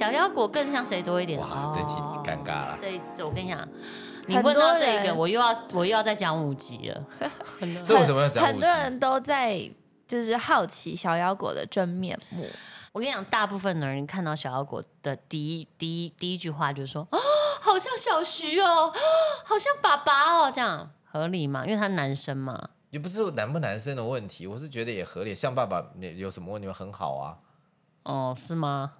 小腰果更像谁多一点？ 哇，这题尴尬了。 这我跟你讲，你问到这个，我又要再讲5集了。 这为什么要讲5集？ 很多人都在就是好奇小腰果的真面目。 我跟你讲，大部分的人看到小腰果的第一句话就是说，好像小徐哦，好像爸爸哦，这样合理吗？因为他男生嘛。 也不是男不男生的问题，我是觉得也合理。像爸爸有什么问题吗？很好啊。 哦，是吗？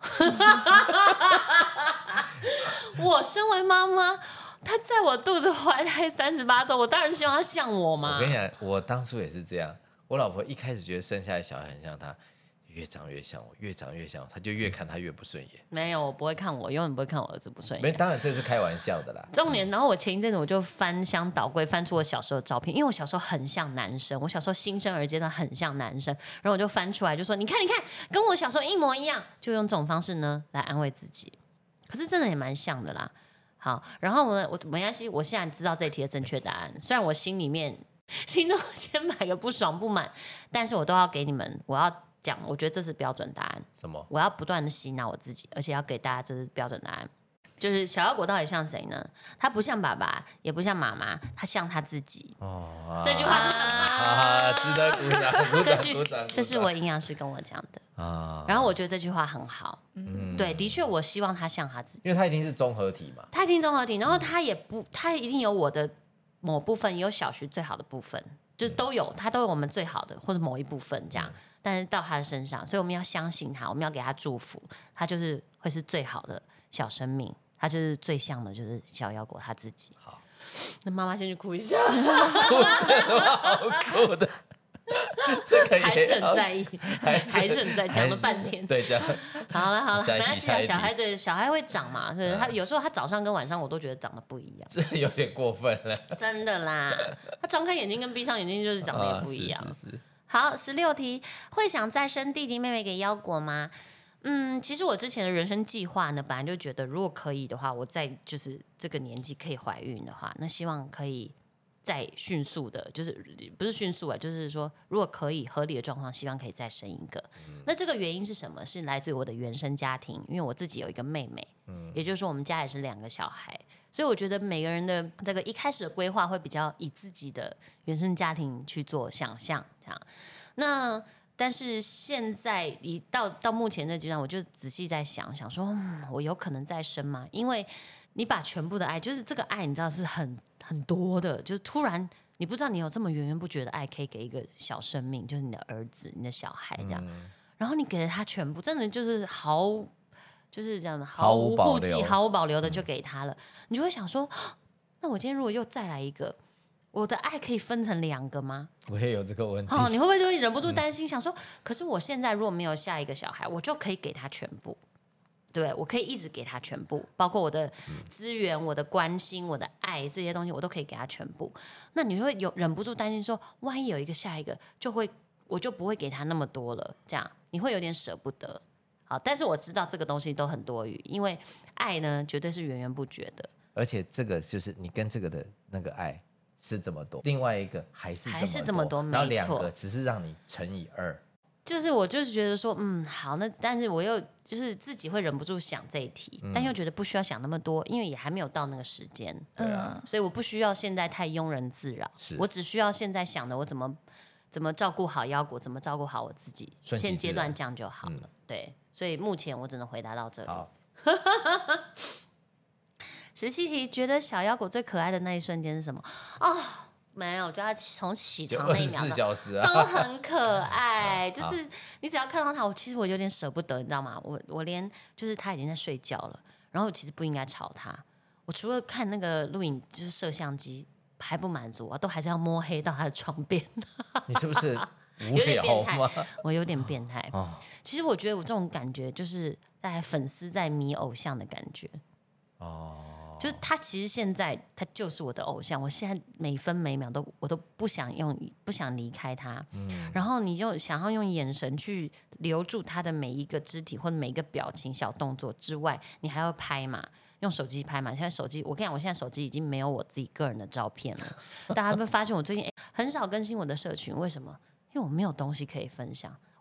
我身为妈妈，他在我肚子怀胎38周，我当然希望他像我嘛。 我跟你讲，我当初也是这样。我老婆一开始觉得生下来小孩很像她，越长越像我，越长越像我，她就越看他越不顺眼。 没有，我不会看我，永远不会看我儿子不顺眼。 没，当然这是开玩笑的啦。 重点，然后我前一阵子我就翻箱倒柜，翻出我小时候的照片，因为我小时候很像男生，我小时候新生儿阶段很像男生，然后我就翻出来就说，你看，跟我小时候一模一样，就用这种方式呢来安慰自己。可是真的也蛮像的啦。好，然后我没关系，我现在知道这一题的正确答案，虽然我心中千百个不爽不满，但是我都要给你们，我要讲，我觉得这是标准答案。 什么？ 我要不断的洗脑我自己，而且要给大家这是标准答案。就是小腰果到底像谁呢？他不像爸爸，也不像妈妈，他像他自己。这句话是什么？ 值得鼓掌，鼓掌。 这是我营养师跟我讲的然后我觉得这句话很好。对，的确，我希望他像他自己， 因为他一定是综合体嘛。 他一定综合体，然后他一定有我的某部分，也有小徐最好的部分，就是都有，他都有我们最好的或者某一部分这样。但是到他的身上，所以我们要相信他，我们要给他祝福，他就是会是最好的小生命，他就是最像的，就是小腰果他自己。 好， 那妈妈先去哭一下， 哭这么好哭的，这个还是很在意，还是很在讲了半天。 对，这样好了，没关系啊， 下一题小孩会长嘛，对，他有时候他早上跟晚上我都觉得长得不一样， 这有点过分了。 真的啦，他张开眼睛跟闭上眼睛就是长得也不一样。 是。 好，16题，会想再生弟弟妹妹给腰果吗？其实我之前的人生计划呢，本来就觉得如果可以的话，我在就是这个年纪可以怀孕的话，那希望可以再迅速的，就是不是迅速啊，就是说如果可以合理的状况，希望可以再生一个。那这个原因是什么？是来自于我的原生家庭，因为我自己有一个妹妹，也就是说我们家也是2个小孩，所以我觉得每个人的这个一开始的规划会比较以自己的原生家庭去做想象，这样。那但是现在到目前这阶段，我就仔细在想说，我有可能再生吗？因为你把全部的爱，就是这个爱，你知道是很多的，就是突然你不知道你有这么源源不绝的爱可以给一个小生命，就是你的儿子、你的小孩这样，然后你给了他全部，真的就是就是这样毫无顾忌、毫无保留的就给他了，你就会想说，那我今天如果又再来一个，我的爱可以分成2个吗？ 我也有这个问题。 你会不会就忍不住担心，想说，可是我现在如果没有下一个小孩，我就可以给他全部，对，我可以一直给他全部，包括我的资源、我的关心、我的爱这些东西，我都可以给他全部。那你会忍不住担心说，万一有一个下一个，我就不会给他那么多了，这样你会有点舍不得。好，但是我知道这个东西都很多余，因为爱呢，绝对是源源不绝的。 而且这个就是你跟这个的那个爱是这么多，另外一个还是这么多，然后2个只是让你乘以2。 就是我就是觉得说，好，那但是我又就是自己会忍不住想这一题，但又觉得不需要想那么多，因为也还没有到那个时间，所以我不需要现在太庸人自扰，我只需要现在想的我怎么照顾好腰果，怎么照顾好我自己，现阶段这样就好了，对，所以目前我只能回答到这里。17题，觉得小腰果最可爱的那一瞬间是什么？没有，我觉得他从起床那一秒 24小时都很可爱，就是你只要看到他，其实我有点舍不得，你知道吗？我连就是他已经在睡觉了，然后其实不应该吵他。我除了看那个录影，就是摄像机还不满足，我都还是要摸黑到他的床边。 你是不是无聊吗？ 我有点变态。其实我觉得我这种感觉就是在粉丝在迷偶像的感觉。就是他其实现在他就是我的偶像，我现在每分每秒我都不想离开他，然后你就想要用眼神去留住他的每一个肢体或者每一个表情小动作之外，你还要拍嘛，用手机拍嘛。现在手机，我跟你讲，我现在手机已经没有我自己个人的照片了。大家会发现我最近很少更新我的社群，为什么？因为我没有东西可以分享。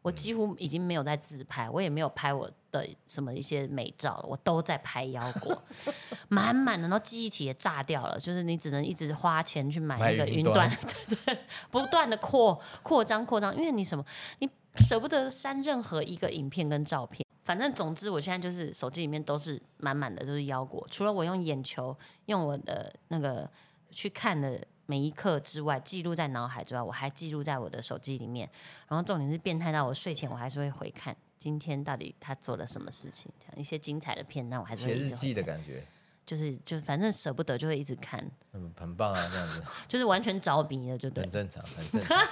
我几乎已经没有在自拍，我也没有拍我的什么一些美照了，我都在拍腰果，满满的，然后记忆体也炸掉了，就是你只能一直花钱去买那个云端，对，不断的扩张，因为你舍不得删任何一个影片跟照片。反正总之，我现在就是手机里面都是满满的，都是腰果。除了我用眼球，用我的那个去看的每一刻之外，记录在脑海之外，我还记录在我的手机里面。然后重点是变态到我睡前我还是会回看今天到底他做了什么事情，这样一些精彩的片段我还是会一直写日记的感觉。 就是反正舍不得就会一直看， 很棒啊，这样子就是完全着迷的，就对， 很正常，很正常。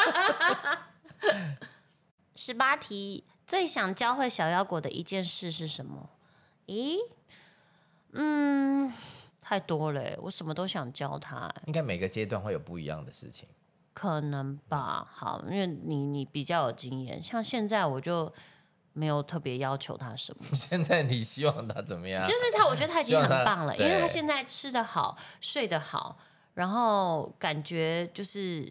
18题，最想教会小腰果的一件事是什么？咦，太多了，我什么都想教他。 应该每个阶段会有不一样的事情， 可能吧。好，因为你比较有经验，像现在我就没有特别要求他什么。 现在你希望他怎么样？ 就是我觉得他已经很棒了，因为他现在吃得好，睡得好，然后感觉就是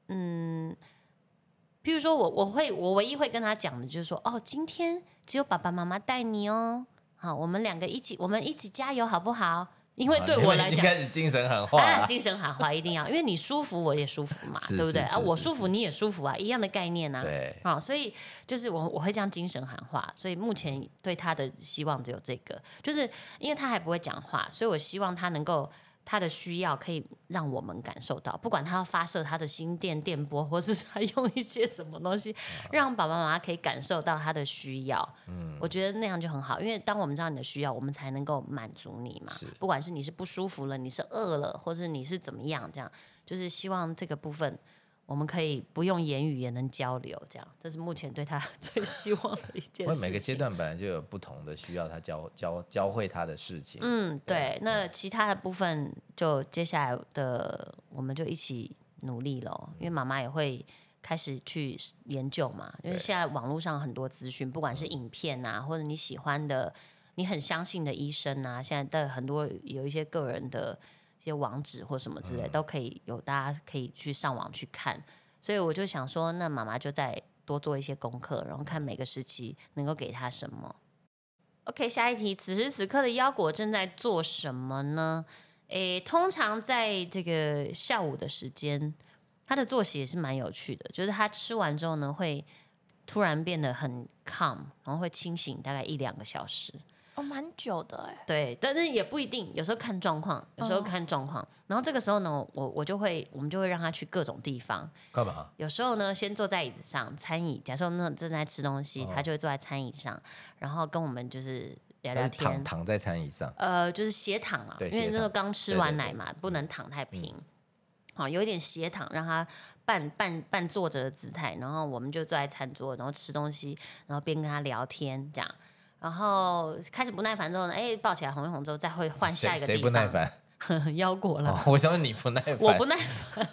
譬如说我唯一会跟他讲的就是说，哦，今天只有爸爸妈妈带你哦，好，我们一起加油好不好？因为对我来讲， 已经开始精神喊话精神喊话一定要，因为你舒服我也舒服嘛，对不对啊？我舒服你也舒服啊，一样的概念啊。 对， 所以就是我会这样精神喊话，所以目前对他的希望只有这个，就是因为他还不会讲话，所以我希望他能够。他的需要可以让我们感受到，不管他要发射他的心电波，或是他用一些什么东西，让爸爸妈妈可以感受到他的需要。我觉得那样就很好，因为当我们知道你的需要，我们才能够满足你嘛。不管是你是不舒服了，你是饿了，或是你是怎么样，这样就是希望这个部分我们可以不用言语也能交流，这样这是目前对他最希望的一件事情。因为每个阶段本来就有不同的需要他教会他的事情。 对。那其他的部分就接下来的我们就一起努力咯，因为妈妈也会开始去研究嘛，因为现在网络上很多资讯，不管是影片啊，或者你喜欢的、你很相信的医生啊，现在的很多有一些个人的。一些网址或什么之类都可以有，大家可以去上网去看。所以我就想说，那妈妈就再多做一些功课，然后看每个时期能够给她什么。OK， 下一题，此时此刻的腰果正在做什么呢？通常在这个下午的时间，他的作息也是蛮有趣的，就是他吃完之后呢，会突然变得很 calm， 然后会清醒大概1-2个小时。 蛮久的哎。 对，但是也不一定，有时候看状况，然后这个时候呢，我们就会让他去各种地方。 干嘛？ 有时候呢，先坐在椅子上，餐椅。假设我们正在吃东西，他就会坐在餐椅上，然后跟我们就是聊聊天。 躺在餐椅上。 就是斜躺啊，因为那时候刚吃完奶嘛，不能躺太平。好，有一点斜躺，让他半坐着的姿态，然后我们就坐在餐桌，然后吃东西，然后边跟他聊天这样。然后开始不耐烦之后呢，抱起来哄一哄之后，再会换下一个地方。 谁不耐烦？ 腰果了。 我想问你不耐烦。 我不耐烦。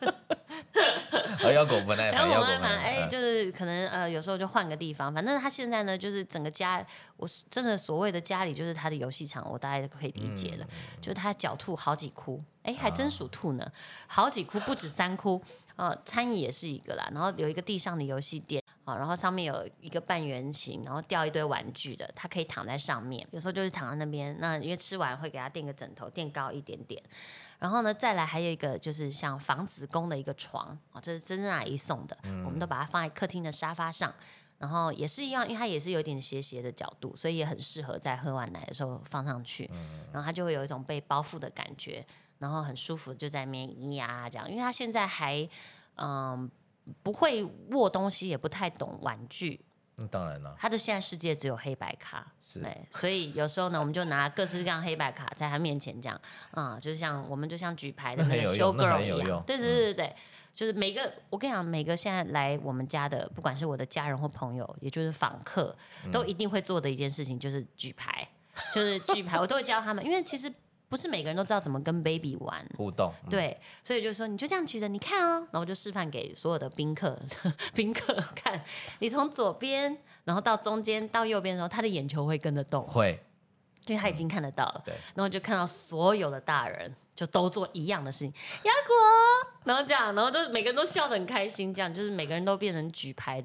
腰果不耐烦。 腰果不耐烦。就是可能有时候就换个地方。反正他现在呢，就是整个家，我真的所谓的家里就是他的游戏场，我大概可以理解了。就是他狡兔好几窟，还真属兔呢，好几窟不止3窟。餐椅也是一个啦，然后有一个地上的游戏垫。然后上面有一个半圆形，然后吊一堆玩具的，他可以躺在上面。有时候就是躺在那边，那因为吃完会给他垫个枕头，垫高一点点。然后呢，再来还有一个就是像房子宫的一个床，这是真正阿姨送的，我们都把它放在客厅的沙发上。然后也是一样，因为它也是有点斜斜的角度，所以也很适合在喝完奶的时候放上去。然后它就会有一种被包覆的感觉，然后很舒服，就在那边咿呀这样。因为它现在还不会握东西，也不太懂玩具。 当然了， 他的现在世界只有黑白卡，对，所以有时候呢，我们就拿各式各样黑白卡在他面前这样，就是我们就像举牌的那个 show girl 一样，对，就是每个我跟你讲，每个现在来我们家的，不管是我的家人或朋友，也就是访客，都一定会做的一件事情就是举牌，我都会教他们，因为其实。不是每个人都知道怎么跟 baby 玩互动， 对，所以就说你就这样举着，你看哦，然后我就示范给所有的宾客看，你从左边，然后到中间到右边的时候，他的眼球会跟着动， 会， 因为他已经看得到了， 对， 然后就看到所有的大人就都做一样的事情，腰果，然后这样，然后都每个人都笑得很开心，这样就是每个人都变成举牌的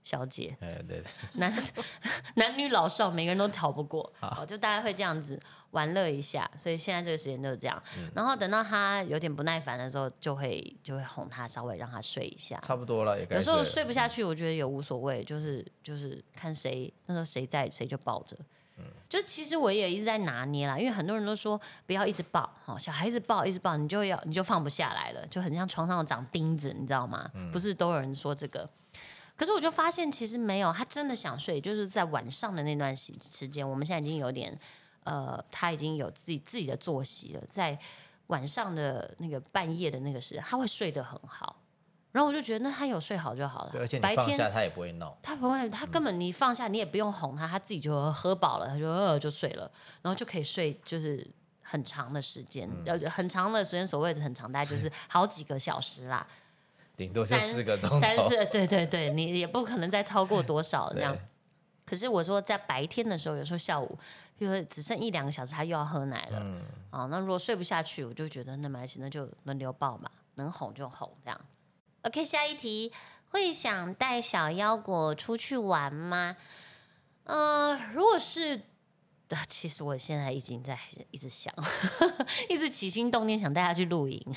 小姐， 对， 男女老少每个人都逃不过，就大概会这样子玩乐一下，所以现在这个时间就是这样。然后等到他有点不耐烦的时候，就会哄他，稍微让他睡一下， 差不多了，也该睡了。 有时候睡不下去，我觉得也无所谓，就是看谁那时候谁在谁就抱着。就其实我也一直在拿捏啦，因为很多人都说不要一直抱，小孩子抱一直抱，你就放不下来了，就很像床上有长钉子，你知道吗？不是都有人说这个？可是我就发现其实没有，他真的想睡，就是在晚上的那段时间，我们现在已经有点他已经有自己的作息了，在晚上的那个半夜的那个时间，他会睡得很好。然后我就觉得，那他有睡好就好了。 对，而且你放下他也不会闹， 他不会，他根本你放下你也不用哄他，他自己就喝饱了，他就睡了，然后就可以睡，就是很长的时间，很长的时间，所谓的很长，大概就是好几个小时啦。 顶多就4个钟头 ，3、4，对，你也不可能再超过多少这样。可是我说在白天的时候，有时候下午，比如说只剩1、2个小时，他又要喝奶了，那如果睡不下去，我就觉得那没关系，那就轮流抱嘛，能哄就哄这样。OK， 下一题，会想带小腰果出去玩吗？如果是，其实我现在已经在一直想，一直起心动念想带他去露营。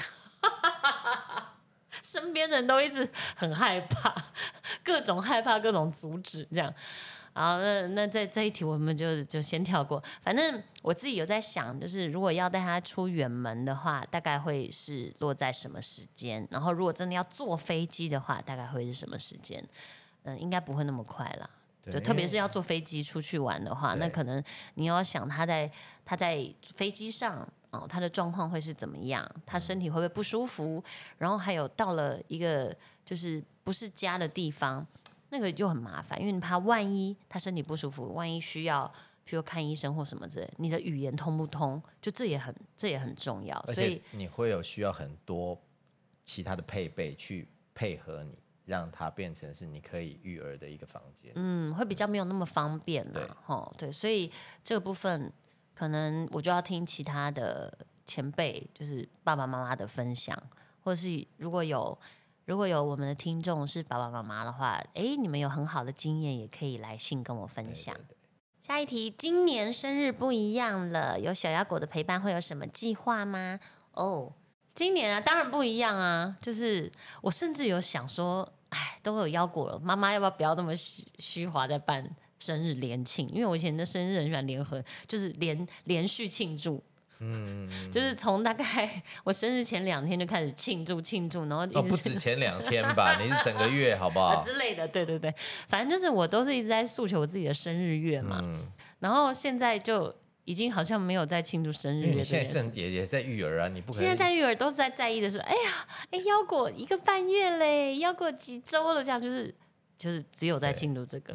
身边人都一直很害怕，各种害怕，各种阻止，这样。好，那这一题我们就先跳过。反正我自己有在想，就是如果要带他出远门的话，大概会是落在什么时间？然后如果真的要坐飞机的话，大概会是什么时间？应该不会那么快啦。就特别是要坐飞机出去玩的话，那可能你要想他在飞机上。他的状况会是怎么样？他身体会不会不舒服？然后还有到了一个就是不是家的地方，那个就很麻烦，因为你怕万一他身体不舒服，万一需要譬如看医生或什么之类，你的语言通不通？就这也很重要， 而且你会有需要很多其他的配备去配合你，让它变成是你可以育儿的一个房间。 会比较没有那么方便啦。对，所以这个部分。可能我就要听其他的前辈，就是爸爸妈妈的分享，或者是如果有我们的听众是爸爸妈妈的话，你们有很好的经验，也可以来信跟我分享。对。下一题，今年生日不一样了，有小腰果的陪伴，会有什么计划吗？今年啊，当然不一样啊，就是我甚至有想说，都有腰果了，妈妈要不要那么虚华在办生日连庆？因为我以前的生日很喜欢联合，就是连续庆祝，就是从大概我生日前2天就开始庆祝，然后一直不止前2天吧，你是整个月好不好？ 之类的，对，反正就是我都是一直在诉求我自己的生日月嘛，然后现在就已经好像没有在庆祝生日月，因为你现在也在育儿啊，你不可能。 现在在育儿都是在意的是，腰果1个半月嘞，腰果几周了，这样就是只有在庆祝这个。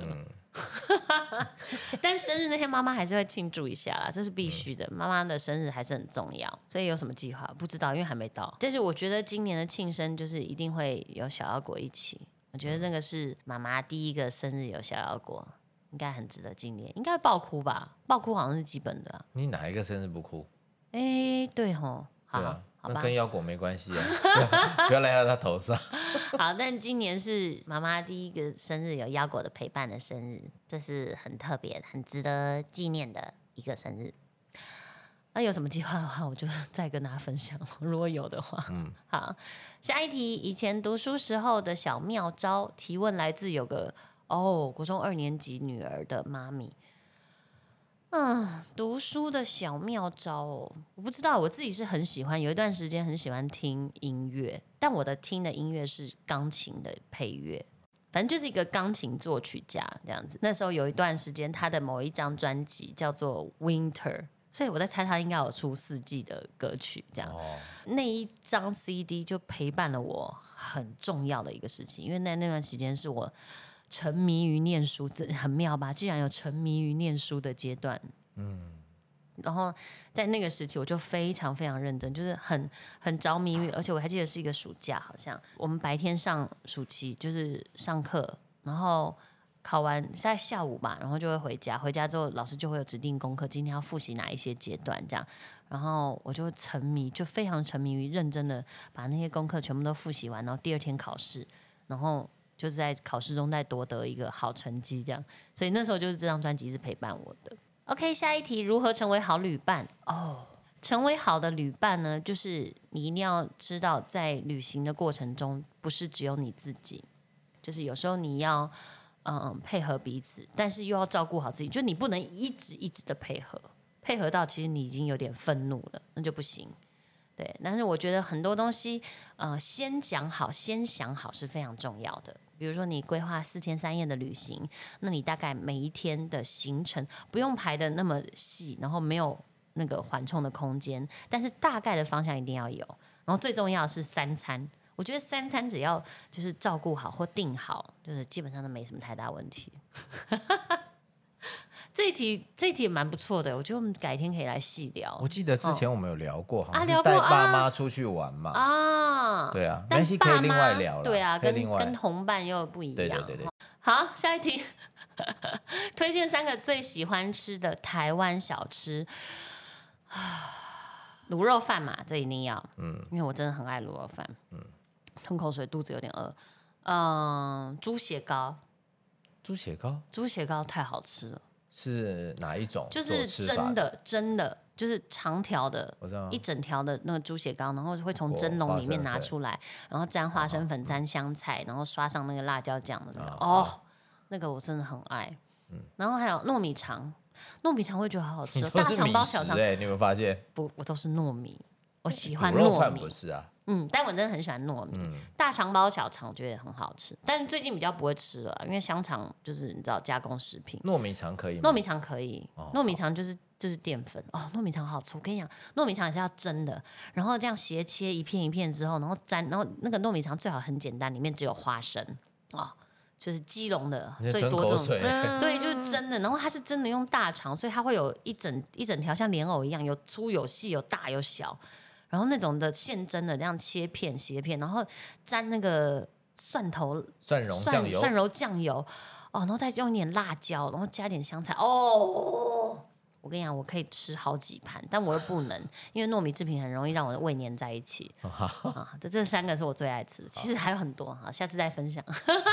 但生日那天妈妈还是会庆祝一下啦，这是必须的。妈妈的生日还是很重要，所以有什么计划不知道，因为还没到。但是我觉得今年的庆生就是一定会有小腰果一起，我觉得那个是妈妈第一个生日有小腰果，应该很值得纪念，应该爆哭吧？爆哭好像是基本的。 你哪一个生日不哭？ 对吼，好。 那跟腰果没关系啊，不要赖到他头上。 好，但今年是妈妈第一个生日有腰果的陪伴的生日，这是很特别、很值得纪念的一个生日。那有什么计划的话，我就再跟大家分享，如果有的话。好，下一题，以前读书时候的小妙招，提问来自有个国中2年级女儿的妈咪。读书的小妙招我不知道，我自己是很喜欢，有一段时间很喜欢听音乐，但我的听的音乐是钢琴的配乐，反正就是一个钢琴作曲家这样子。那时候有一段时间，他的某一张专辑叫做 Winter， 所以我在猜他应该有出4季的歌曲这样。那一张 CD 就陪伴了我很重要的一个事情，因为那段期间是我沉迷于念书，很妙吧？既然有沉迷于念书的阶段，然后在那个时期，我就非常非常认真，就是很着迷于，而且我还记得是一个暑假，好像我们白天上暑期就是上课，然后考完在下午吧，然后就会回家，回家之后老师就会有指定功课，今天要复习哪一些阶段这样，然后我就非常沉迷于认真的把那些功课全部都复习完，然后第2天考试，然后就是在考试中再夺得一个好成绩这样。所以那时候就是这张专辑是陪伴我的。OK， 下一题，如何成为好旅伴？成为好的旅伴呢，就是你一定要知道，在旅行的过程中，不是只有你自己，就是有时候你要配合彼此，但是又要照顾好自己，就你不能一直的配合到其实你已经有点愤怒了，那就不行。对，但是我觉得很多东西，先讲好，先想好是非常重要的。比如说你规划4天3夜的旅行，那你大概每一天的行程不用排的那么细，然后没有那个缓冲的空间，但是大概的方向一定要有。然后最重要的是3餐，我觉得3餐只要就是照顾好或定好，就是基本上都没什么太大问题。这一题也蛮不错的，我觉得我们改天可以来细聊。 我记得之前我们有聊过，好像聊过是带爸妈出去玩嘛。对啊，没关系，可以另外聊了。 对啊， 跟同伴又不一样。 对。 好，下一题，推荐3个最喜欢吃的台湾小吃。卤肉饭嘛，这一定要。因为我真的很爱卤肉饭。吞口水，肚子有点饿。猪血糕。猪血糕太好吃了。 是哪一种？ 就是蒸的，就是长条的，一整条的那个猪血糕，然后会从蒸笼里面拿出来，然后沾花生粉、沾香菜，然后刷上那个辣椒酱的那个。那个我真的很爱。然后还有糯米肠，糯米肠会觉得好好吃。大肠包小肠， 你有没有发现？ 不，我都是糯米，我喜欢糯米。 卤肉饭不是啊。 但我真的很喜欢糯米。大肠包小肠我觉得很好吃，但是最近比较不会吃了，因为香肠就是你知道加工食品。 糯米肠可以吗？ 糯米肠可以，糯米肠就是淀粉糯米肠好好吃。我跟你讲，糯米肠也是要蒸的，然后这样斜切一片一片之后，然后那个糯米肠最好很简单，里面只有花生就是基隆的最多这种，对，就是真的。然后它是真的用大肠，所以它会有一整条像莲藕一样，有粗有细，有大有小。然后那种的现蒸的这样切片斜片，然后沾那个蒜蓉酱油然后再用一点辣椒，然后加点香菜我跟你讲，我可以吃好几盘，但我又不能，因为糯米制品很容易让我的胃黏在一起这3个是我最爱吃的，其实还有很多下次再分享。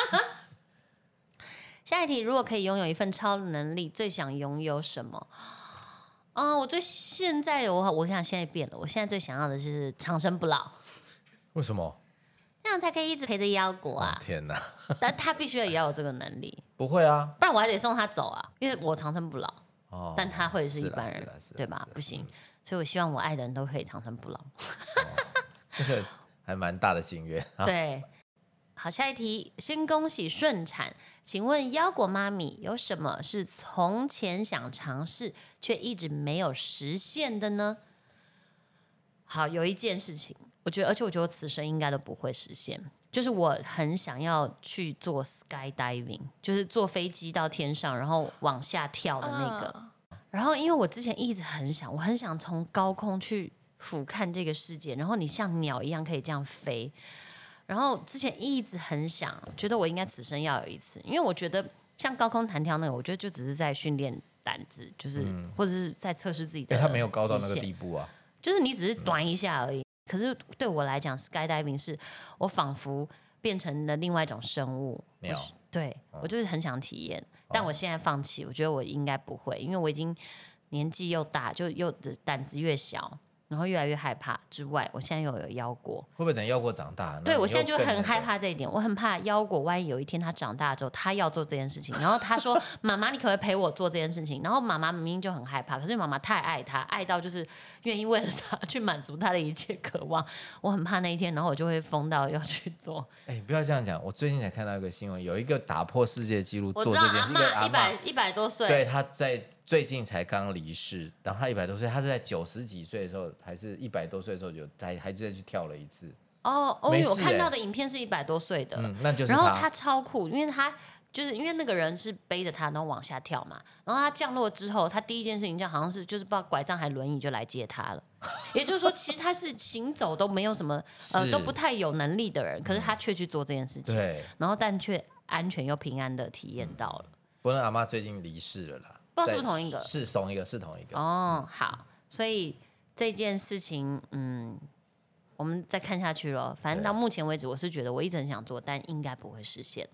下一题，如果可以拥有一份超能力，最想拥有什么？我现在我想现在变了，我现在最想要的就是长生不老。 为什么？ 这样才可以一直陪着腰果啊！ 天哪！ 但他必须也要有这个能力。 不会啊， 不然我还得送他走啊，因为我长生不老。但他会是一般人，对吧？不行，所以我希望我爱的人都可以长生不老。 这个还蛮大的心愿。 对。好，下一题，先恭喜顺产。请问腰果妈咪有什么是从前想尝试却一直没有实现的呢？好，有一件事情，而且我觉得我此生应该都不会实现，就是我很想要去做 skydiving， 就是坐飞机到天上，然后往下跳的那个。然后因为我之前一直我很想从高空去俯瞰这个世界，然后你像鸟一样可以这样飞。然后之前一直很想，觉得我应该此生要有一次，因为我觉得像高空弹跳那个，我觉得就只是在训练胆子，就是或者是在测试自己的。 他没有高到那个地步啊， 就是你只是短一下而已。可是对我来讲 ，skydiving 是我仿佛变成了另外一种生物。对，我就是很想体验，但我现在放弃，我觉得我应该不会，因为我已经年纪又大，就又胆子越小。然后越来越害怕之外，我现在又有腰果， 会不会等腰果长大？ 对，我现在就很害怕这一点，我很怕腰果万一有一天他长大之后，他要做这件事情，然后他说：“妈妈，你可不可以陪我做这件事情？”然后妈妈明明就很害怕，可是妈妈太爱他，爱到就是愿意为了他去满足他的一切渴望。我很怕那一天，然后我就会疯到要去做。 不要这样讲，我最近才看到一个新闻，有一个打破世界纪录做这件事， 阿嬷100多岁， 对，他在最近才刚离世，然后他100多岁，他是在90几岁的时候，还是100多岁的时候还再去跳了一次。 我看到的影片是100多岁的， 那就是然后他超酷，因为他就是因为那个人是背着他，然后往下跳嘛，然后他降落之后，他第一件事情就好像是就是不知道拐杖还轮椅就来接他了，也就是说，其实他是行走都没有什么都不太有能力的人，可是他却去做这件事情， 对， 然后但却安全又平安的体验到了。 不过那阿嬷最近离世了啦。 不知道是不是同一个？ 是同一个。 好，所以这件事情，我们再看下去咯。反正到目前为止，我是觉得我一直很想做，但应该不会实现。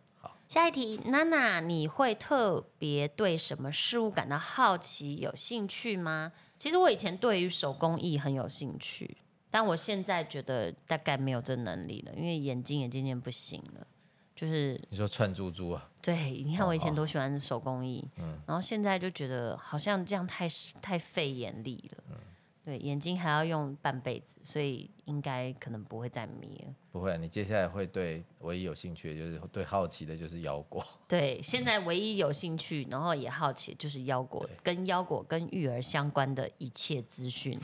下一题，娜娜，你会特别对什么事物感到好奇、有兴趣吗？其实我以前对于手工艺很有兴趣，但我现在觉得大概没有这能力了，因为眼睛也渐渐不行了。就是你说串珠珠啊？ 对，你看我以前都喜欢手工艺，然后现在就觉得好像这样太费眼力了。对，眼睛还要用半辈子，所以应该可能不会再迷了。 不会，你接下来会对唯一有兴趣的就是对好奇的就是腰果。 对，现在唯一有兴趣，然后也好奇就是腰果，跟腰果跟育儿相关的一切资讯，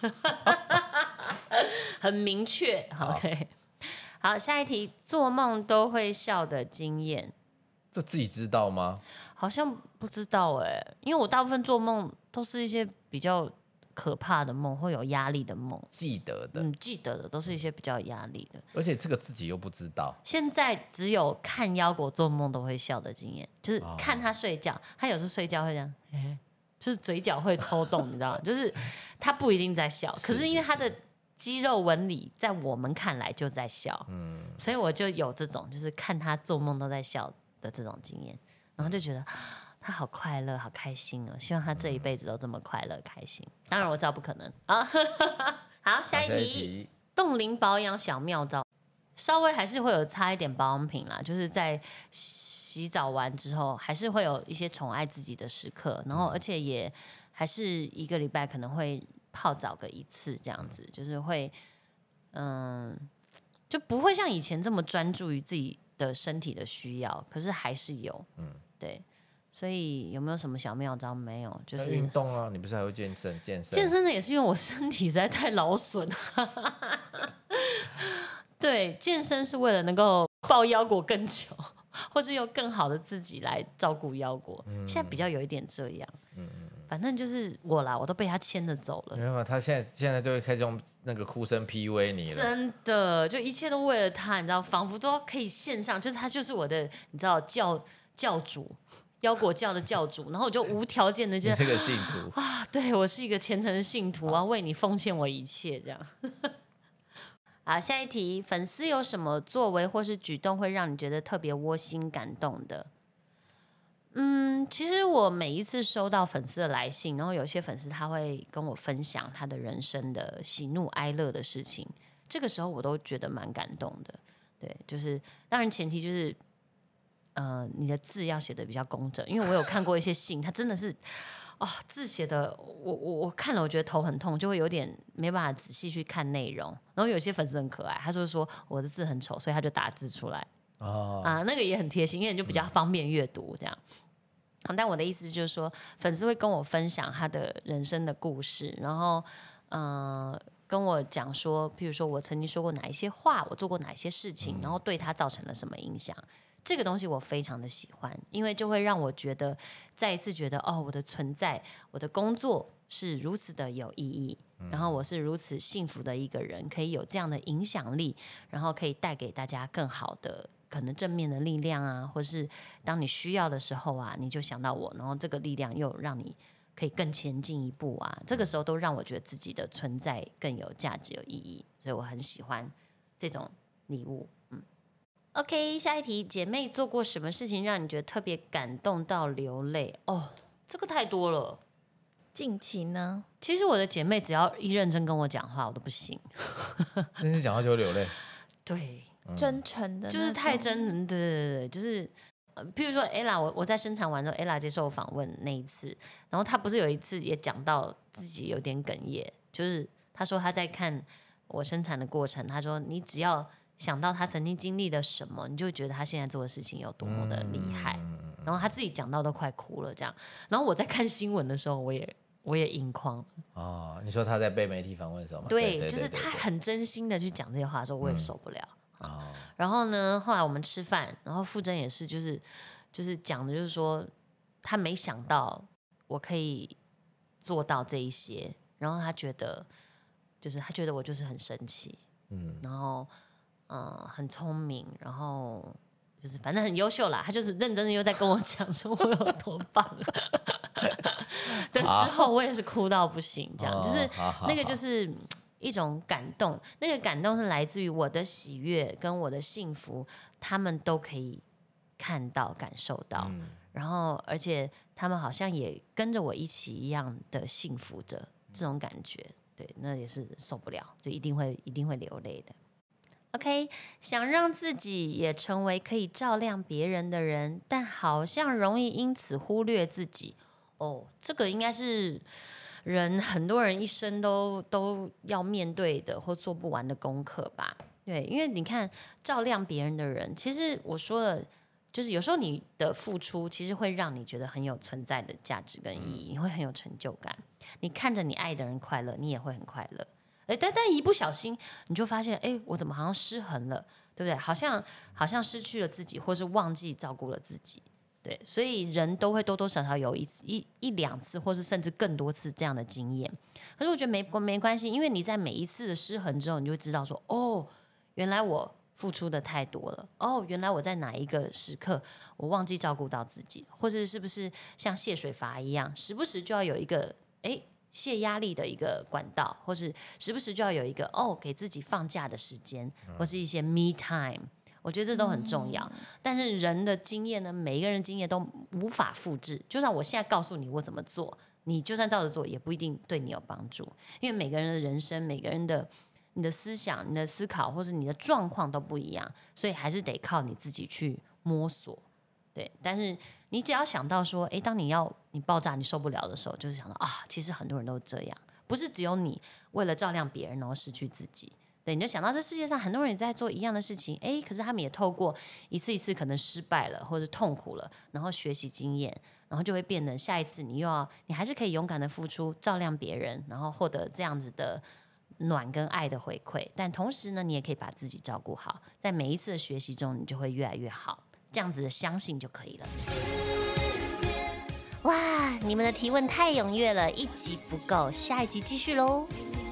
很明确。OK， 好，下一题，做梦都会笑的经验， 这自己知道吗？ 好像不知道哎，因为我大部分做梦都是一些比较可怕的梦，会有压力的梦。 记得的， 记得的都是一些比较有压力的。 而且这个自己又不知道。 现在只有看腰果做梦都会笑的经验，就是看他睡觉，他有时候睡觉会这样，就是嘴角会抽动，你知道吗？就是他不一定在笑，可是因为他的肌肉纹理在我们看来就在笑，所以我就有这种就是看他做梦都在笑的这种经验，然后就觉得他好快乐，好开心哦！希望他这一辈子都这么快乐开心。当然我知道不可能啊。好，下一题，冻龄保养小妙招，稍微还是会有擦一点保养品啦，就是在洗澡完之后，还是会有一些宠爱自己的时刻，然后而且也还是一个礼拜可能会泡澡个1次这样子，就是会就不会像以前这么专注于自己的身体的需要，可是还是有，对。所以有没有什么小妙招？没有，就是运动啊。你不是还会健身？健身的也是因为我身体实在太劳损。对，健身是为了能够抱腰果更久，或是用更好的自己来照顾腰果。现在比较有一点这样。反正就是我啦，我都被他牵着走了。 没有，他现在就会开始用那个哭声 PUA 你了。 真的，就一切都为了他，你知道，仿佛都可以线上，就是他就是我的，你知道教主。腰果教的教主，然后我就无条件的， 你是个信徒啊，对我是一个虔诚的信徒，我要为你奉献我一切，这样。好，下一题，粉丝有什么作为或是举动会让你觉得特别窝心感动的？其实我每一次收到粉丝的来信，然后有些粉丝他会跟我分享他的人生的喜怒哀乐的事情，这个时候我都觉得蛮感动的。对，就是当然前提就是。你的字要写的比较工整，因为我有看过一些信，它真的是字写的，我看了我觉得头很痛，就会有点没办法仔细去看内容。然后有些粉丝很可爱，他就说我的字很丑，所以他就打字出来那个也很贴心，因为你就比较方便阅读这样。但我的意思就是说，粉丝会跟我分享他的人生的故事，然后跟我讲说，譬如说我曾经说过哪一些话，我做过哪一些事情，然后对他造成了什么影响。这个东西我非常的喜欢，因为就会让我觉得再一次觉得我的存在，我的工作是如此的有意义，然后我是如此幸福的一个人，可以有这样的影响力，然后可以带给大家更好的可能正面的力量啊，或是当你需要的时候啊，你就想到我，然后这个力量又让你可以更前进一步啊，这个时候都让我觉得自己的存在更有价值、有意义，所以我很喜欢这种礼物。OK， 下一题，姐妹做过什么事情让你觉得特别感动到流泪？这个太多了。 近期呢？ 其实我的姐妹只要一认真跟我讲话，我都不行。 认真讲话就会流泪。 对， 真诚的， 就是太真诚。对，就是譬如说 Ella， 我在生产完之后 ，Ella 接受我访问那一次，然后她不是有一次也讲到自己有点哽咽，就是她说她在看我生产的过程，她说你只要想到他曾经经历了什么，你就觉得他现在做的事情有多么的厉害。然后他自己讲到都快哭了，这样。然后我在看新闻的时候，我也盈眶了。 你说他在被媒体访问的时候吗？ 对，就是他很真心的去讲这些话的时候，我也受不了。然后呢，后来我们吃饭，然后傅真也是，就是讲的，就是说他没想到我可以做到这一些，然后他觉得我就是很神奇，然后。很聪明，然后就是反正很优秀啦。他就是认真的又在跟我讲说我有多棒的时候，我也是哭到不行，这样就是那个就是一种感动，那个感动是来自于我的喜悦跟我的幸福，他们都可以看到、感受到， 嗯然后而且他们好像也跟着我一起一样的幸福着，这种感觉，对，那也是受不了，就一定会流泪的。OK， 想让自己也成为可以照亮别人的人，但好像容易因此忽略自己。哦，这个应该是很多人一生都要面对的或做不完的功课吧。对，因为你看照亮别人的人，其实我说了，就是有时候你的付出其实会让你觉得很有存在的价值跟意义，你会很有成就感。你看着你爱的人快乐，你也会很快乐。但一不小心你就发现，我怎么好像失衡了，对不对？好像失去了自己，或是忘记照顾了自己。对，所以人都会多多少少有一两次，或是甚至更多次这样的经验。可是我觉得没关系，因为你在每一次的失衡之后，你就会知道说，哦，原来我付出的太多了，哦，原来我在哪一个时刻我忘记照顾到自己，或者是不是像泄水阀一样，时不时就要有一个泄压力的一个管道，或是时不时就要有一个给自己放假的时间，或是一些 me time。我觉得这都很重要，但是人的经验呢，每一个人经验都无法复制。就算我现在告诉你我怎么做，你就算照着做，也不一定对你有帮助。因为每个人的人生，每个人的你的思想、你的思考或者你的状况都不一样，所以还是得靠你自己去摸索。对，但是你只要想到说，当你爆炸、你受不了的时候，就是想到其实很多人都这样，不是只有你为了照亮别人然后失去自己。对，你就想到这世界上很多人也在做一样的事情，可是他们也透过一次一次可能失败了或者痛苦了，然后学习经验，然后就会变得下一次你还是可以勇敢的付出，照亮别人，然后获得这样子的暖跟爱的回馈。但同时呢，你也可以把自己照顾好，在每一次的学习中，你就会越来越好，这样子的相信就可以了。哇，你们的提问太踊跃了，一集不够，下一集继续喽。